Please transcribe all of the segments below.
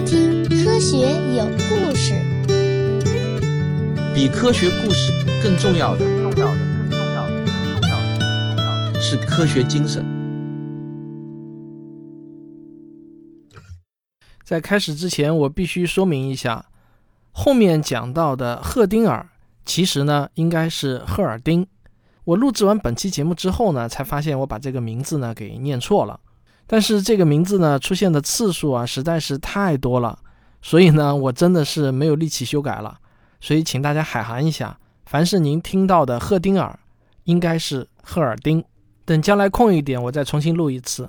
听科学有故事。 比科学故事更重要的是科学精神。 在开始之前，我必须说明一下，后面讲到的赫丁尔其实呢应该是赫尔丁。我录制完本期节目之后呢，才发现我把这个名字呢给念错了。但是这个名字呢出现的次数啊实在是太多了，所以呢我真的是没有力气修改了。所以请大家海涵一下，凡是您听到的赫丁尔应该是赫尔丁。等将来空一点我再重新录一次。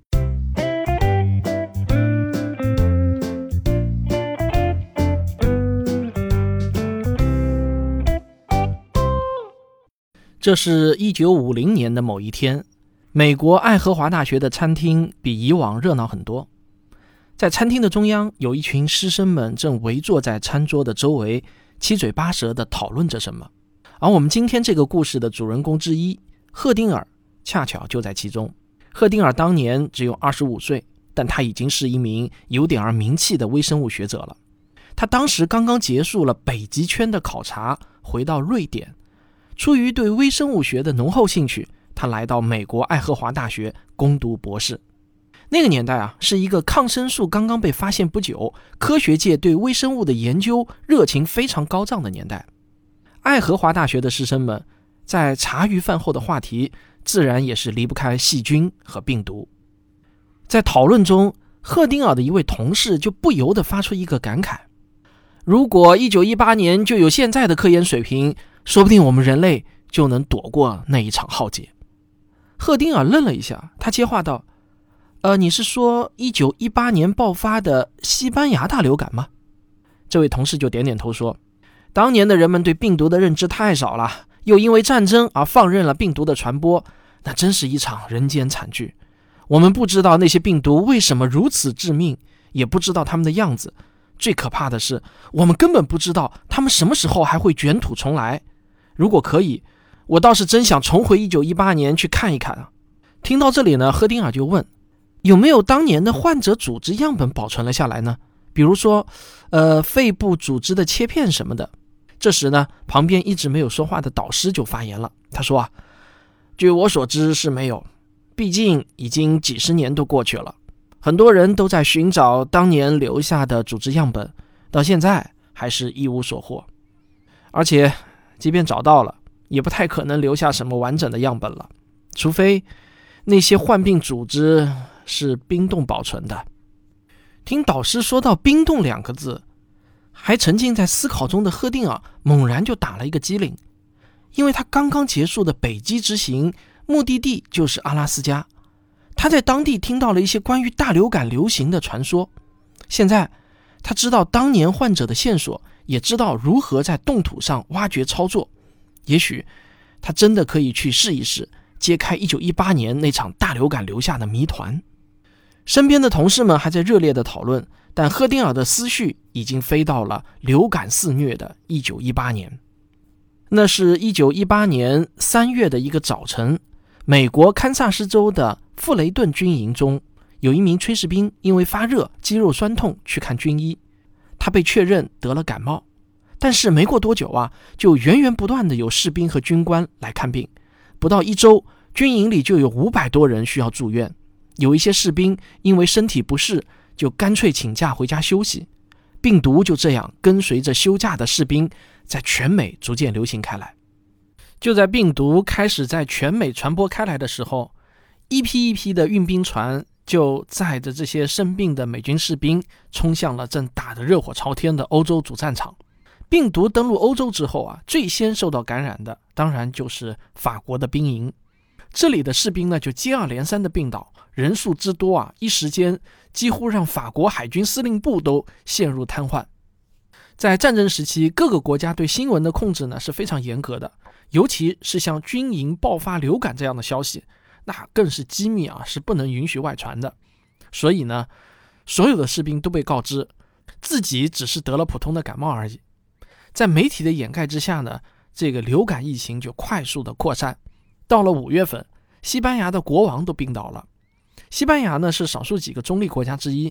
这是1950年的某一天，美国爱荷华大学的餐厅比以往热闹很多。在餐厅的中央，有一群师生们正围坐在餐桌的周围，七嘴八舌地讨论着什么。而我们今天这个故事的主人公之一，赫丁尔，恰巧就在其中。赫丁尔当年只有25岁，但他已经是一名有点儿名气的微生物学者了。他当时刚刚结束了北极圈的考察，回到瑞典。出于对微生物学的浓厚兴趣，他来到美国爱荷华大学攻读博士。那个年代啊，是一个抗生素刚刚被发现不久，科学界对微生物的研究热情非常高涨的年代。爱荷华大学的师生们在茶余饭后的话题，自然也是离不开细菌和病毒。在讨论中，赫丁尔的一位同事就不由得发出一个感慨：如果1918年就有现在的科研水平，说不定我们人类就能躲过那一场浩劫。赫丁尔愣了一下，他接话道：你是说1918年爆发的西班牙大流感吗？这位同事就点点头说，当年的人们对病毒的认知太少了，又因为战争而放任了病毒的传播，那真是一场人间惨剧。我们不知道那些病毒为什么如此致命，也不知道它们的样子，最可怕的是我们根本不知道它们什么时候还会卷土重来。如果可以，我倒是真想重回1918年去看一看啊。听到这里呢，赫丁尔就问，有没有当年的患者组织样本保存了下来呢？比如说肺部组织的切片什么的。这时呢，旁边一直没有说话的导师就发言了，他说啊，据我所知是没有，毕竟已经几十年都过去了，很多人都在寻找当年留下的组织样本，到现在还是一无所获。而且即便找到了，也不太可能留下什么完整的样本了，除非那些患病组织是冰冻保存的。听导师说到冰冻2个字，还沉浸在思考中的赫丁尔猛然就打了一个激灵，因为他刚刚结束的北极之行目的地就是阿拉斯加。他在当地听到了一些关于大流感流行的传说，现在他知道当年患者的线索，也知道如何在冻土上挖掘操作。也许他真的可以去试一试，揭开1918年那场大流感留下的谜团。身边的同事们还在热烈的讨论，但赫丁尔的思绪已经飞到了流感肆虐的1918年。那是1918年3月的一个早晨，美国堪萨斯州的富雷顿军营中，有一名炊事兵因为发热肌肉酸痛去看军医，他被确认得了感冒。但是没过多久啊，就源源不断的有士兵和军官来看病，不到1周，军营里就有500多人需要住院。有一些士兵因为身体不适，就干脆请假回家休息。病毒就这样跟随着休假的士兵，在全美逐渐流行开来。就在病毒开始在全美传播开来的时候，一批一批的运兵船就载着这些生病的美军士兵，冲向了正打得热火朝天的欧洲主战场。病毒登陆欧洲之后啊，最先受到感染的当然就是法国的兵营。这里的士兵呢就接二连三的病倒，人数之多啊，一时间几乎让法国海军司令部都陷入瘫痪。在战争时期，各个国家对新闻的控制呢是非常严格的，尤其是像军营爆发流感这样的消息，那更是机密啊，是不能允许外传的。所以呢，所有的士兵都被告知自己只是得了普通的感冒而已。在媒体的掩盖之下呢，这个流感疫情就快速的扩散。到了5月份，西班牙的国王都病倒了。西班牙呢是少数几个中立国家之一，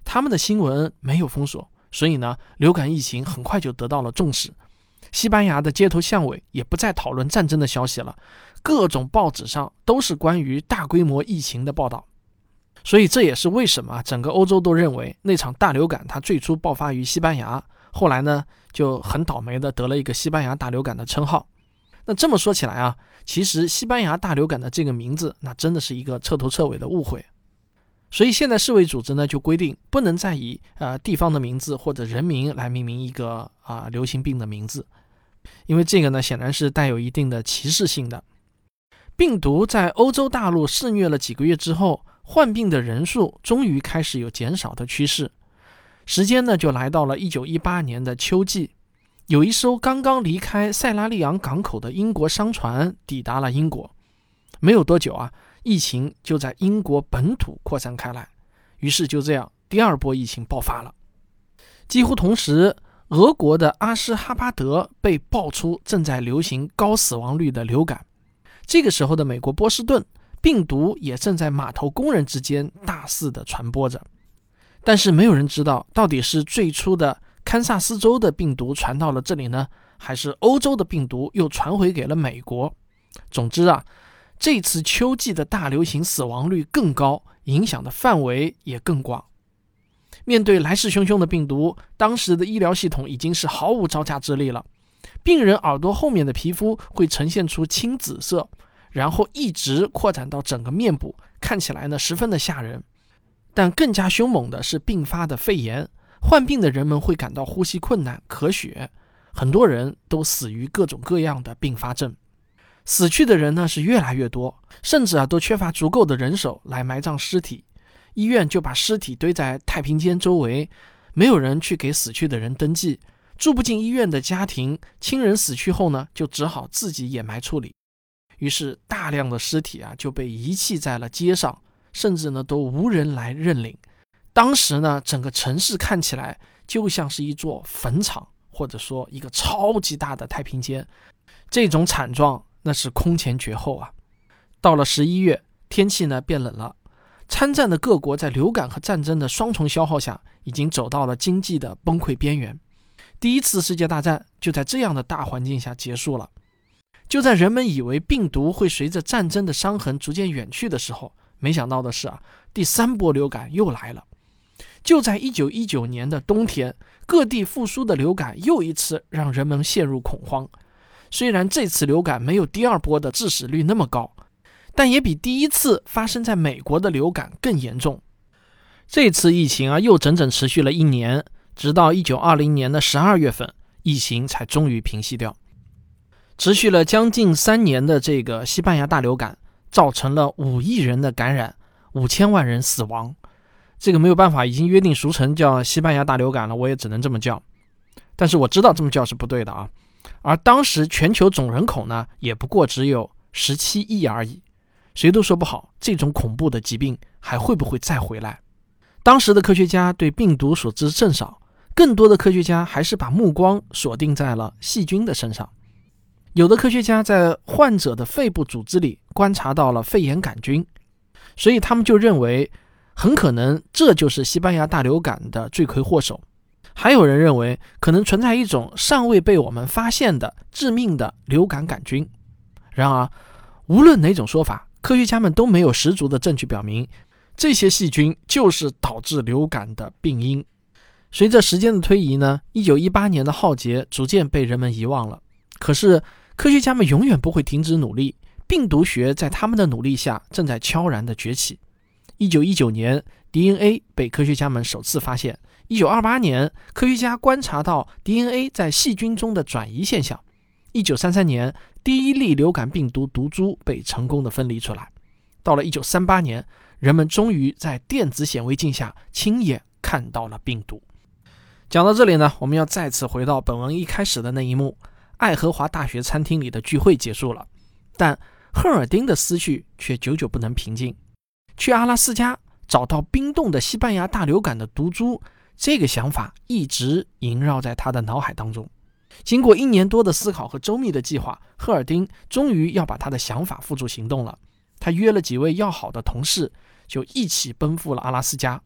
他们的新闻没有封锁，所以呢，流感疫情很快就得到了重视。西班牙的街头巷尾也不再讨论战争的消息了，各种报纸上都是关于大规模疫情的报道。所以这也是为什么整个欧洲都认为那场大流感它最初爆发于西班牙，后来呢就很倒霉的得了一个西班牙大流感的称号。那这么说起来啊，其实西班牙大流感的这个名字那真的是一个彻头彻尾的误会。所以现在世卫组织呢就规定不能再以地方的名字或者人名来命名一个流行病的名字，因为这个呢显然是带有一定的歧视性的。病毒在欧洲大陆肆虐了几个月之后，患病的人数终于开始有减少的趋势。时间呢就来到了1918年的秋季，有一艘刚刚离开塞拉利昂港口的英国商船抵达了英国。没有多久疫情就在英国本土扩散开来，于是就这样第二波疫情爆发了。几乎同时，俄国的阿什哈巴德被爆出正在流行高死亡率的流感。这个时候的美国波士顿，病毒也正在码头工人之间大肆的传播着。但是没有人知道到底是最初的堪萨斯州的病毒传到了这里呢，还是欧洲的病毒又传回给了美国。总之这次秋季的大流行死亡率更高，影响的范围也更广。面对来势汹汹的病毒，当时的医疗系统已经是毫无招架之力了。病人耳朵后面的皮肤会呈现出青紫色，然后一直扩展到整个面部，看起来呢十分的吓人。但更加凶猛的是并发的肺炎，患病的人们会感到呼吸困难、咳血，很多人都死于各种各样的并发症。死去的人呢是越来越多，甚至都缺乏足够的人手来埋葬尸体。医院就把尸体堆在太平间周围，没有人去给死去的人登记。住不进医院的家庭，亲人死去后呢，就只好自己掩埋处理。于是大量的尸体就被遗弃在了街上，甚至呢都无人来认领。当时呢，整个城市看起来就像是一座坟场，或者说一个超级大的太平间。这种惨状那是空前绝后到了11月，天气呢变冷了，参战的各国在流感和战争的双重消耗下，已经走到了经济的崩溃边缘。第一次世界大战就在这样的大环境下结束了。就在人们以为病毒会随着战争的伤痕逐渐远去的时候，没想到的是第三波流感又来了。就在1919年的冬天，各地复苏的流感又一次让人们陷入恐慌。虽然这次流感没有第二波的致死率那么高，但也比第一次发生在美国的流感更严重。这次疫情又整整持续了1年，直到1920年的12月份，疫情才终于平息掉。持续了将近3年的这个西班牙大流感，造成了5亿人的感染，5000万人死亡。这个没有办法，已经约定俗成叫西班牙大流感了，我也只能这么叫。但是我知道这么叫是不对的而当时全球总人口呢，也不过只有17亿而已。谁都说不好这种恐怖的疾病还会不会再回来。当时的科学家对病毒所知甚少，更多的科学家还是把目光锁定在了细菌的身上。有的科学家在患者的肺部组织里观察到了肺炎杆菌，所以他们就认为很可能这就是西班牙大流感的罪魁祸首。还有人认为可能存在一种尚未被我们发现的致命的流感杆菌。然而无论哪种说法，科学家们都没有十足的证据表明这些细菌就是导致流感的病因。随着时间的推移呢，1918年的浩劫逐渐被人们遗忘了。可是科学家们永远不会停止努力，病毒学在他们的努力下正在悄然的崛起。1919年 DNA 被科学家们首次发现，1928年科学家观察到 DNA 在细菌中的转移现象，1933年第一例流感病毒毒株被成功的分离出来。到了1938年，人们终于在电子显微镜下亲眼看到了病毒。讲到这里呢，我们要再次回到本文一开始的那一幕，爱荷华大学餐厅里的聚会结束了，但赫尔丁的思绪却久久不能平静。去阿拉斯加找到冰冻的西班牙大流感的毒株，这个想法一直萦绕在他的脑海当中。经过1年多的思考和周密的计划，赫尔丁终于要把他的想法付诸行动了。他约了几位要好的同事，就一起奔赴了阿拉斯加。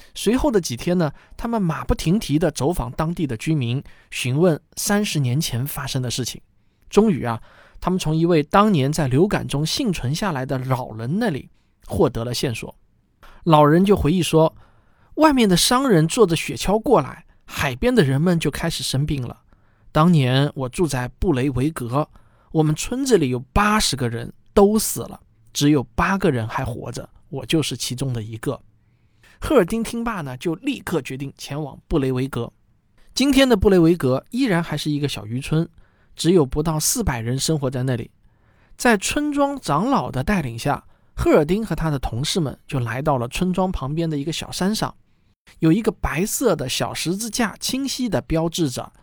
随后的几天呢，他们马不停蹄地走访当地的居民，询问30年前发生的事情。终于他们从一位当年在流感中幸存下来的老人那里获得了线索。老人就回忆说，外面的商人坐着雪橇过来，海边的人们就开始生病了。当年我住在布雷维格，我们村子里有80个人都死了，只有8个人还活着，我就是其中的一个。赫尔丁听罢呢，就立刻决定前往布雷维格。今天的布雷维格依然还是一个小渔村，只有不到400人生活在那里。在村庄长老的带领下，赫尔丁和他的同事们就来到了村庄旁边的一个小山上，有一个白色的小十字架，清晰地标志着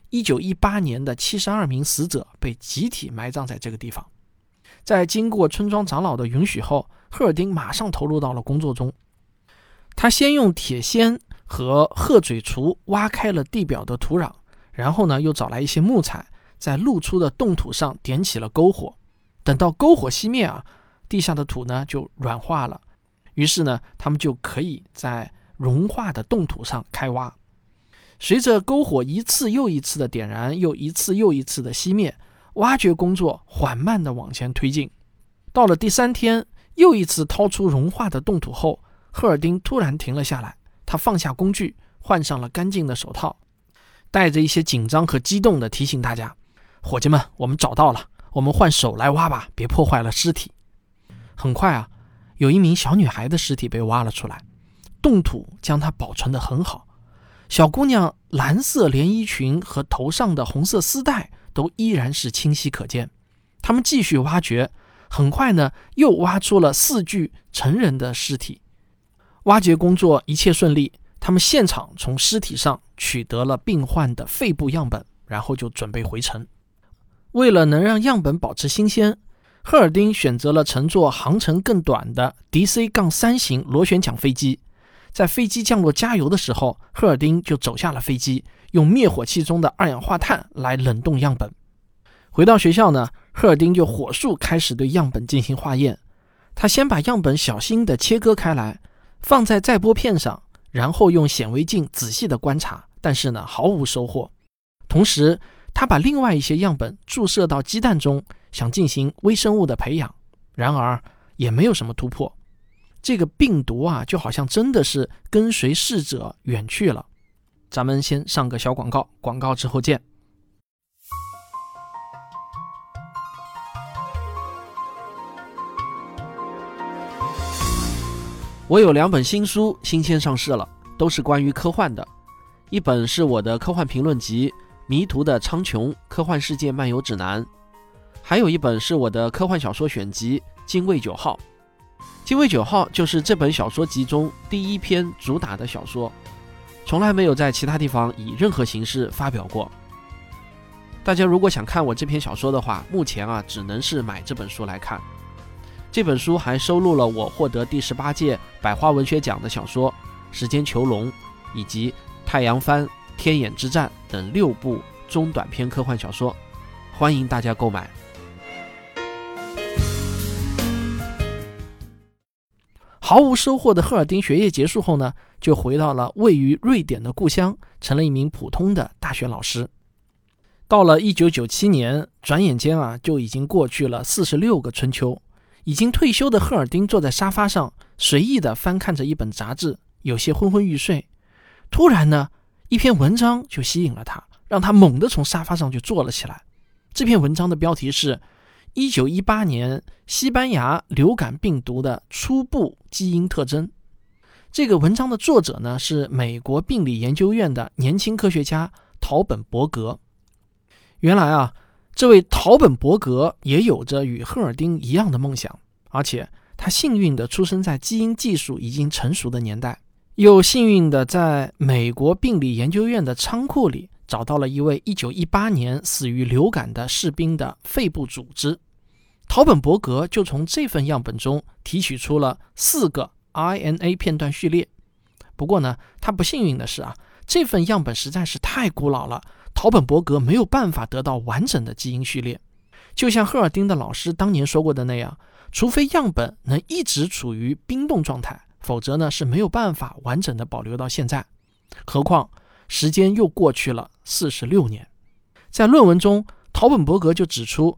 1918年的72名死者被集体埋葬在这个地方。在经过村庄长老的允许后，赫尔丁马上投入到了工作中。他先用铁锨和鹤嘴锄挖开了地表的土壤，然后呢，又找来一些木材，在露出的冻土上点起了篝火。等到篝火熄灭地下的土呢就软化了，于是呢，他们就可以在融化的冻土上开挖。随着篝火一次又一次的点燃，又一次又一次的熄灭，挖掘工作缓慢地往前推进。到了第3天，又一次掏出融化的冻土后，赫尔丁突然停了下来，他放下工具，换上了干净的手套，带着一些紧张和激动地提醒大家，伙计们，我们找到了，我们换手来挖吧，别破坏了尸体。很快有一名小女孩的尸体被挖了出来，冻土将它保存得很好。小姑娘蓝色连衣裙和头上的红色丝带都依然是清晰可见。他们继续挖掘，很快呢，又挖出了4具成人的尸体。挖掘工作一切顺利，他们现场从尸体上取得了病患的肺部样本，然后就准备回城。为了能让样本保持新鲜，赫尔丁选择了乘坐航程更短的 DC-3 型螺旋桨飞机。在飞机降落加油的时候，赫尔丁就走下了飞机，用灭火器中的二氧化碳来冷冻样本。回到学校呢，赫尔丁就火速开始对样本进行化验。他先把样本小心地切割开来，放在载玻片上，然后用显微镜仔细地观察，但是呢，毫无收获。同时，他把另外一些样本注射到鸡蛋中，想进行微生物的培养，然而也没有什么突破。这个病毒就好像真的是跟随逝者远去了。咱们先上个小广告，广告之后见。我有2本新书新鲜上市了，都是关于科幻的。一本是我的科幻评论集《迷途的苍穹：科幻世界漫游指南》，还有一本是我的科幻小说选集《精卫9号》。精卫9号就是这本小说集中第1篇主打的小说，从来没有在其他地方以任何形式发表过。大家如果想看我这篇小说的话，目前只能是买这本书来看。这本书还收录了我获得第18届百花文学奖的小说《时间囚笼》以及《太阳帆》《天眼之战》等6部中短篇科幻小说，欢迎大家购买。毫无收获的赫尔丁学业结束后呢，就回到了位于瑞典的故乡，成了一名普通的大学老师。到了1997年，转眼间就已经过去了46个春秋。已经退休的赫尔丁坐在沙发上，随意地翻看着一本杂志，有些昏昏欲睡。突然呢，一篇文章就吸引了他，让他猛地从沙发上就坐了起来。这篇文章的标题是1918年西班牙流感病毒的初步基因特征。这个文章的作者呢，是美国病理研究院的年轻科学家陶本伯格。原来这位陶本伯格也有着与赫尔丁一样的梦想，而且他幸运地出生在基因技术已经成熟的年代，又幸运地在美国病理研究院的仓库里找到了一位1918年死于流感的士兵的肺部组织。陶本伯格就从这份样本中提取出了4个 RNA 片段序列。不过呢，他不幸运的是这份样本实在是太古老了，陶本伯格没有办法得到完整的基因序列。就像赫尔丁的老师当年说过的那样，除非样本能一直处于冰冻状态， 否则呢是没有办法完整的保留到现在。何况时间又过去了46年。在论文中，陶本伯格就指出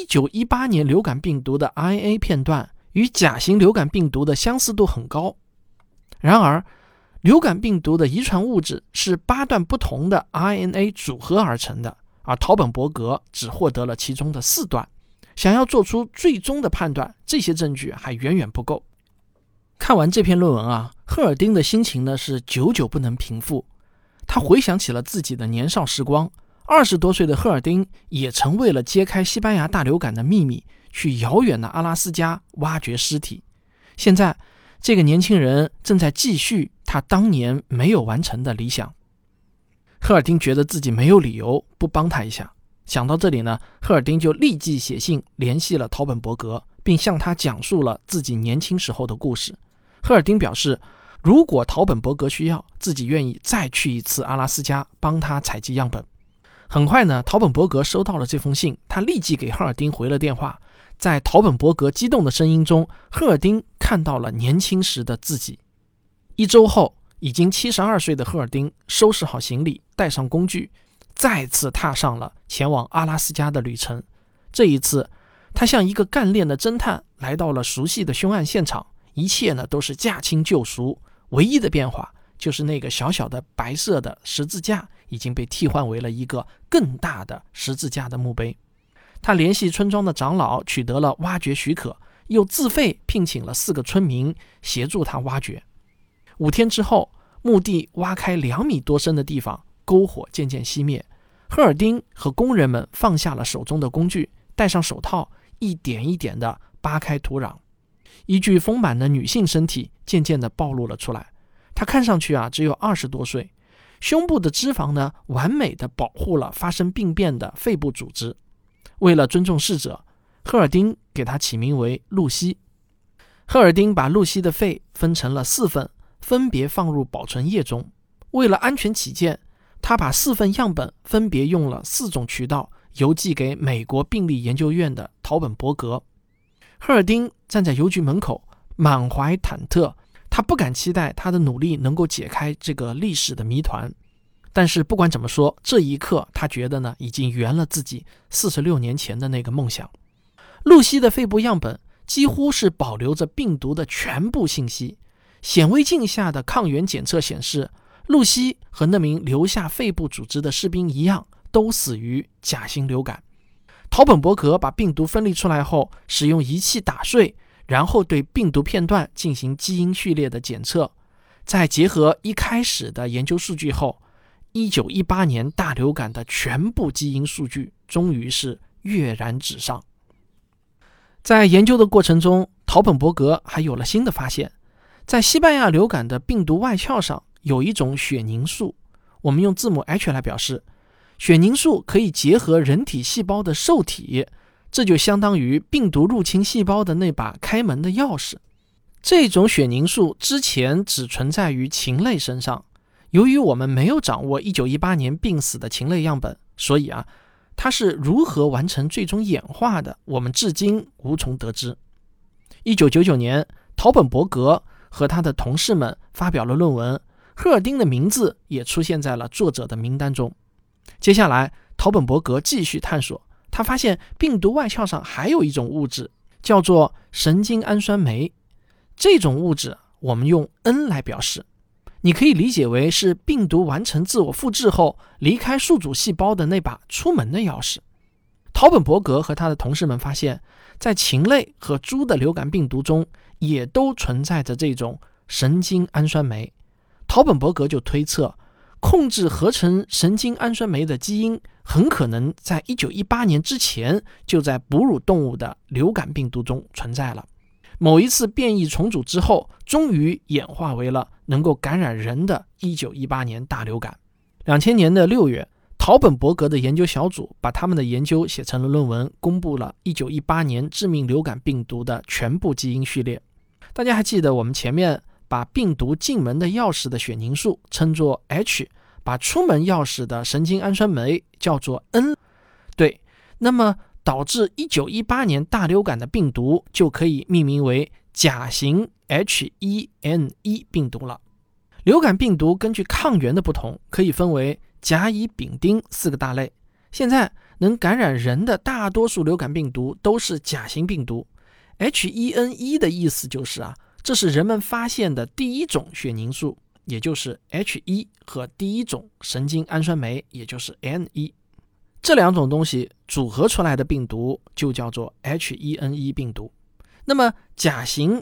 1918年流感病毒的 RNA 片段与甲型流感病毒的相似度很高。然而流感病毒的遗传物质是8段不同的 RNA 组合而成的，而陶本伯格只获得了其中的4段。想要做出最终的判断，这些证据还远远不够。看完这篇论文啊，赫尔丁的心情呢是久久不能平复。他回想起了自己的年少时光，20多岁的赫尔丁也曾为了揭开西班牙大流感的秘密，去遥远的阿拉斯加挖掘尸体。现在这个年轻人正在继续他当年没有完成的理想。赫尔丁觉得自己没有理由不帮他一下。想到这里呢，赫尔丁就立即写信联系了陶本伯格，并向他讲述了自己年轻时候的故事。赫尔丁表示，如果陶本伯格需要，自己愿意再去一次阿拉斯加帮他采集样本。很快呢，陶本伯格收到了这封信，他立即给赫尔丁回了电话。在陶本伯格激动的声音中，赫尔丁看到了年轻时的自己。1周后，已经72岁的赫尔丁收拾好行李，带上工具，再次踏上了前往阿拉斯加的旅程。这一次，他像一个干练的侦探，来到了熟悉的凶案现场，一切呢都是驾轻就熟，唯一的变化就是那个小小的白色的十字架已经被替换为了一个更大的十字架的墓碑。他联系村庄的长老，取得了挖掘许可，又自费聘请了4个村民协助他挖掘。5天之后，墓地挖开2米多深的地方，篝火渐渐熄灭。赫尔丁和工人们放下了手中的工具，戴上手套，一点一点地扒开土壤。一具丰满的女性身体渐渐地暴露了出来。她看上去只有20多岁，胸部的脂肪呢，完美地保护了发生病变的肺部组织。为了尊重逝者，赫尔丁给她起名为露西。赫尔丁把露西的肺分成了4份，分别放入保存液中。为了安全起见，他把4份样本分别用了4种渠道邮寄给美国病理研究院的陶本伯格。赫尔丁站在邮局门口，满怀忐忑，他不敢期待他的努力能够解开这个历史的谜团。但是不管怎么说，这一刻他觉得呢，已经圆了自己46年前的那个梦想。露西的肺部样本几乎是保留着病毒的全部信息。显微镜下的抗原检测显示，露西和那名留下肺部组织的士兵一样，都死于甲型流感。陶本伯格把病毒分离出来后，使用仪器打碎，然后对病毒片段进行基因序列的检测。在结合一开始的研究数据后，1918年大流感的全部基因数据终于是跃然纸上。在研究的过程中，陶本伯格还有了新的发现。在西班牙流感的病毒外壳上有一种血凝素，我们用字母 H 来表示。血凝素可以结合人体细胞的受体，这就相当于病毒入侵细胞的那把开门的钥匙。这种血凝素之前只存在于禽类身上，由于我们没有掌握1918年病死的禽类样本，所以它是如何完成最终演化的，我们至今无从得知。1999年，陶本伯格和他的同事们发表了论文，赫尔丁的名字也出现在了作者的名单中。接下来，陶本伯格继续探索，他发现病毒外壳上还有一种物质，叫做神经氨酸酶。这种物质我们用 N 来表示，你可以理解为是病毒完成自我复制后离开宿主细胞的那把出门的钥匙。陶本伯格和他的同事们发现，在禽类和猪的流感病毒中也都存在着这种神经氨酸酶。陶本伯格就推测，控制合成神经氨酸酶的基因很可能在1918年之前就在哺乳动物的流感病毒中存在了。某一次变异重组之后，终于演化为了能够感染人的1918年大流感。2000年的6月，陶本伯格的研究小组把他们的研究写成了论文，公布了1918年致命流感病毒的全部基因序列。大家还记得我们前面把病毒进门的钥匙的血凝素称作 H， 把出门钥匙的神经氨酸酶叫做 N。 对，那么导致1918年大流感的病毒就可以命名为甲型 H1N1 病毒了。流感病毒根据抗原的不同，可以分为甲、乙、丙、丁4个大类。现在能感染人的大多数流感病毒都是甲型病毒。H1N1 的意思就是这是人们发现的第一种血凝素，也就是 H1 和第一种神经氨酸酶，也就是 N1。这两种东西组合出来的病毒就叫做 H1N1 病毒。那么甲型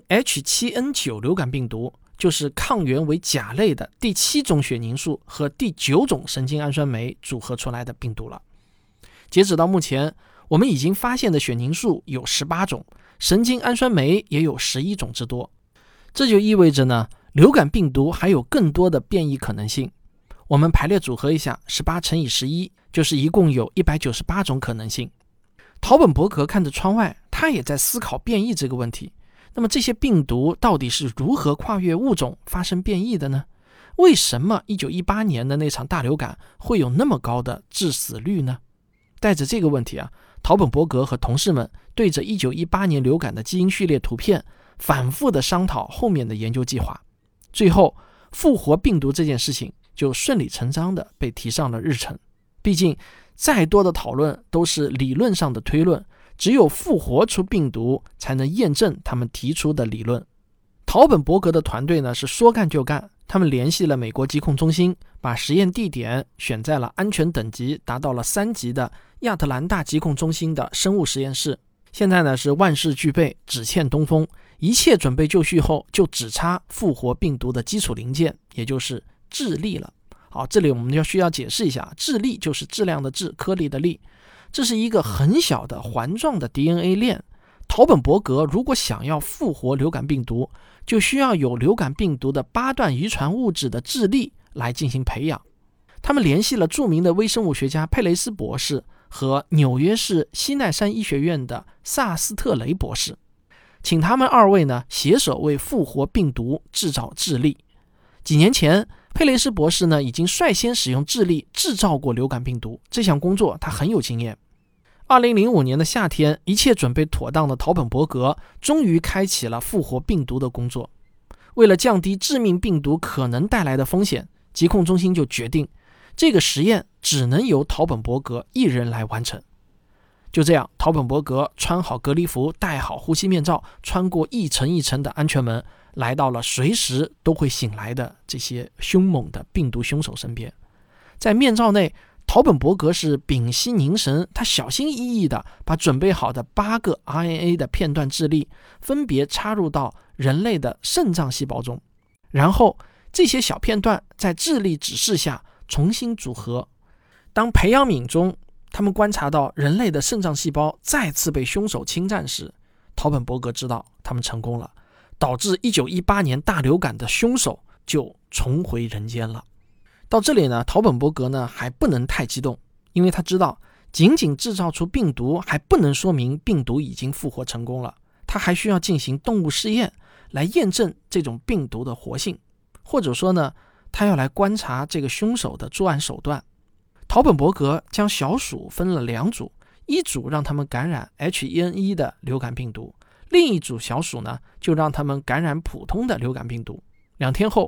H7N9 流感病毒就是抗原为甲类的第7种血凝素和第9种神经氨酸酶组合出来的病毒了。截止到目前，我们已经发现的血凝素有18种，神经氨酸酶也有11种之多。这就意味着呢，流感病毒还有更多的变异可能性。我们排列组合一下，18乘以11，就是一共有198种可能性。陶本伯格看着窗外，他也在思考变异这个问题。那么这些病毒到底是如何跨越物种发生变异的呢？为什么1918年的那场大流感会有那么高的致死率呢？带着这个问题陶本伯格和同事们对着1918年流感的基因序列图片反复的商讨后面的研究计划。最后复活病毒这件事情就顺理成章的被提上了日程。毕竟再多的讨论都是理论上的推论，只有复活出病毒才能验证他们提出的理论。陶本伯格的团队呢是说干就干，他们联系了美国疾控中心，把实验地点选在了安全等级达到了3级的亚特兰大疾控中心的生物实验室。现在呢是万事俱备，只欠东风，一切准备就绪后，就只差复活病毒的基础零件，也就是质粒了。好，这里我们需要解释一下，质粒就是质量的质，颗粒的粒，这是一个很小的环状的 DNA 链。陶本伯格如果想要复活流感病毒，就需要有流感病毒的8段遗传物质的质粒来进行培养。他们联系了著名的微生物学家佩雷斯博士和纽约市西奈山医学院的萨斯特雷博士，请他们2位呢携手为复活病毒制造质粒。几年前，佩雷斯博士呢已经率先使用质粒制造过流感病毒，这项工作他很有经验。2005年的夏天，一切准备妥当的陶本伯格终于开启了复活病毒的工作。为了降低致命病毒可能带来的风险，疾控中心就决定这个实验只能由陶本伯格一人来完成。就这样，陶本伯格穿好隔离服，戴好呼吸面罩，穿过一层一层的安全门，来到了随时都会醒来的这些凶猛的病毒凶手身边。在面罩内，陶本伯格是屏息凝神，他小心翼翼地把准备好的8个 RNA 的片段质粒分别插入到人类的肾脏细胞中，然后这些小片段在质粒指示下重新组合。当培养皿中他们观察到人类的肾脏细胞再次被凶手侵占时，陶本伯格知道他们成功了，导致1918年大流感的凶手就重回人间了。到这里呢，陶本伯格呢还不能太激动，因为他知道仅仅制造出病毒还不能说明病毒已经复活成功了，他还需要进行动物试验来验证这种病毒的活性，或者说呢，他要来观察这个凶手的作案手段。陶本伯格将小鼠分了2组，一组让他们感染 H1N1 的流感病毒，另一组小鼠呢就让他们感染普通的流感病毒。2天后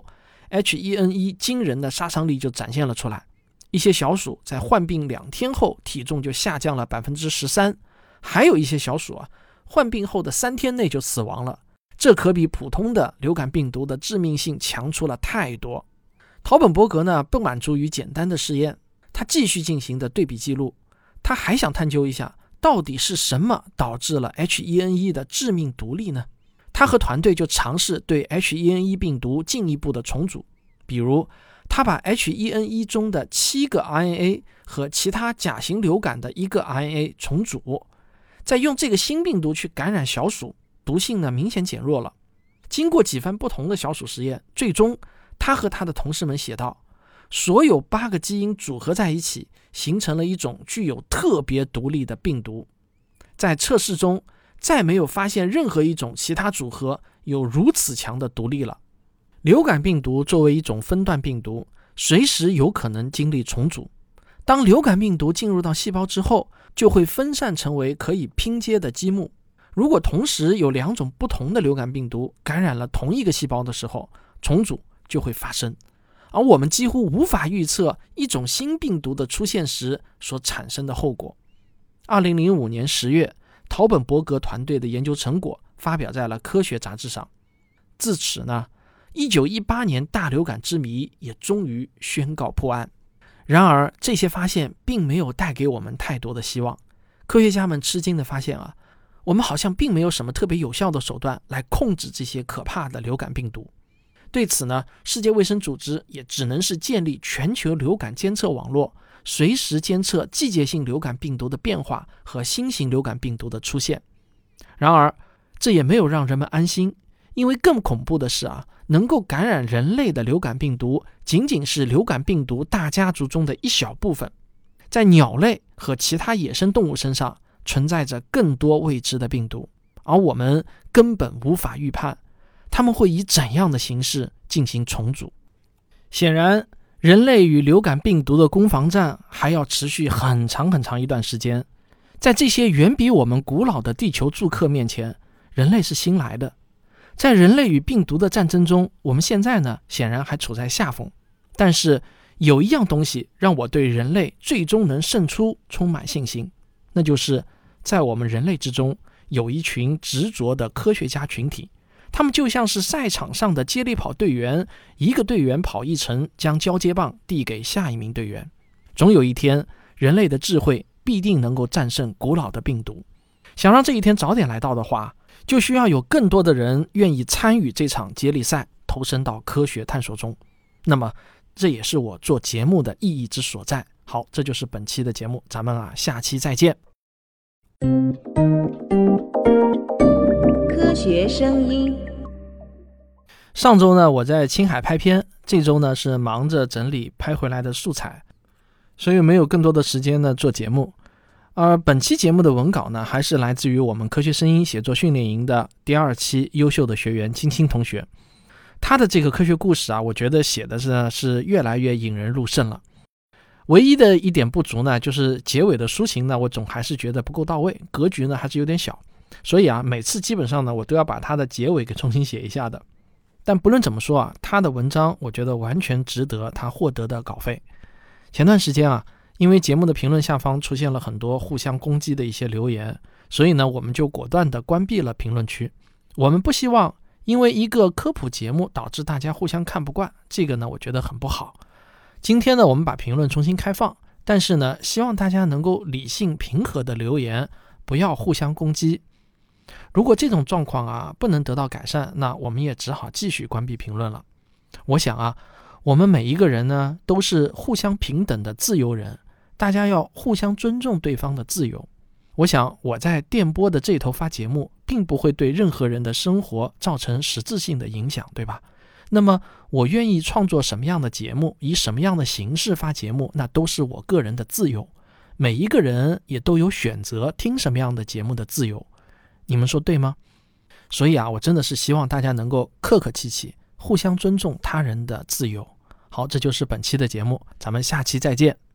，H1N1 惊人的杀伤力就展现了出来，一些小鼠在患病2天后体重就下降了 13%， 还有一些小鼠患病后的3天内就死亡了，这可比普通的流感病毒的致命性强出了太多。陶本伯格呢不满足于简单的试验，他继续进行的对比记录，他还想探究一下到底是什么导致了 H1N1 的致命毒粒呢？他和团队就尝试对 H1N1 病毒进一步的重组，比如他把 H1N1 中的7个 RNA 和其他甲型流感的1个 RNA 重组，再用这个新病毒去感染小鼠，毒性呢明显减弱了。经过几番不同的小鼠实验，最终他和他的同事们写道，所有8个基因组合在一起，形成了一种具有特别毒力的病毒。在测试中再没有发现任何一种其他组合有如此强的毒力了。流感病毒作为一种分段病毒，随时有可能经历重组。当流感病毒进入到细胞之后，就会分散成为可以拼接的积木。 如果同时有2种不同的流感病毒感染了同一个细胞的时候，重组就会发生，而我们几乎无法预测一种新病毒的出现时所产生的后果。2005年10月，陶本伯格团队的研究成果发表在了科学杂志上。自此呢，1918年大流感之谜也终于宣告破案。然而这些发现并没有带给我们太多的希望。科学家们吃惊地发现我们好像并没有什么特别有效的手段来控制这些可怕的流感病毒。对此呢，世界卫生组织也只能是建立全球流感监测网络，随时监测季节性流感病毒的变化和新型流感病毒的出现。然而这也没有让人们安心，因为更恐怖的是能够感染人类的流感病毒仅仅是流感病毒大家族中的一小部分，在鸟类和其他野生动物身上存在着更多未知的病毒，而我们根本无法预判它们会以怎样的形式进行重组。显然，人类与流感病毒的攻防战还要持续很长很长一段时间。在这些远比我们古老的地球住客面前，人类是新来的。在人类与病毒的战争中，我们现在呢，显然还处在下风。但是有一样东西让我对人类最终能胜出充满信心，那就是在我们人类之中有一群执着的科学家群体，他们就像是赛场上的接力跑队员，一个队员跑一程，将交接棒递给下一名队员。总有一天，人类的智慧必定能够战胜古老的病毒。想让这一天早点来到的话，就需要有更多的人愿意参与这场接力赛，投身到科学探索中。那么这也是我做节目的意义之所在。好，这就是本期的节目，咱们下期再见。 科学声音。 上周呢，我在青海拍片，这周呢是忙着整理拍回来的素材，所以没有更多的时间呢做节目。而本期节目的文稿呢，还是来自于我们科学声音写作训练营的第2期优秀的学员金青同学。他的这个科学故事我觉得写的是越来越引人入胜了。唯一的一点不足呢，就是结尾的抒情呢，我总还是觉得不够到位，格局呢还是有点小，所以每次基本上呢，我都要把他的结尾给重新写一下的。但不论怎么说他的文章我觉得完全值得他获得的稿费。前段时间因为节目的评论下方出现了很多互相攻击的一些留言，所以呢，我们就果断地关闭了评论区。我们不希望因为一个科普节目导致大家互相看不惯，这个呢，我觉得很不好。今天呢，我们把评论重新开放，但是呢，希望大家能够理性平和的留言，不要互相攻击。如果这种状况不能得到改善，那我们也只好继续关闭评论了。我想我们每一个人呢，都是互相平等的自由人，大家要互相尊重对方的自由。我想我在电波的这头发节目，并不会对任何人的生活造成实质性的影响，对吧？那么我愿意创作什么样的节目，以什么样的形式发节目，那都是我个人的自由。每一个人也都有选择听什么样的节目的自由。你们说对吗？所以我真的是希望大家能够客客气气，互相尊重他人的自由。好，这就是本期的节目，咱们下期再见。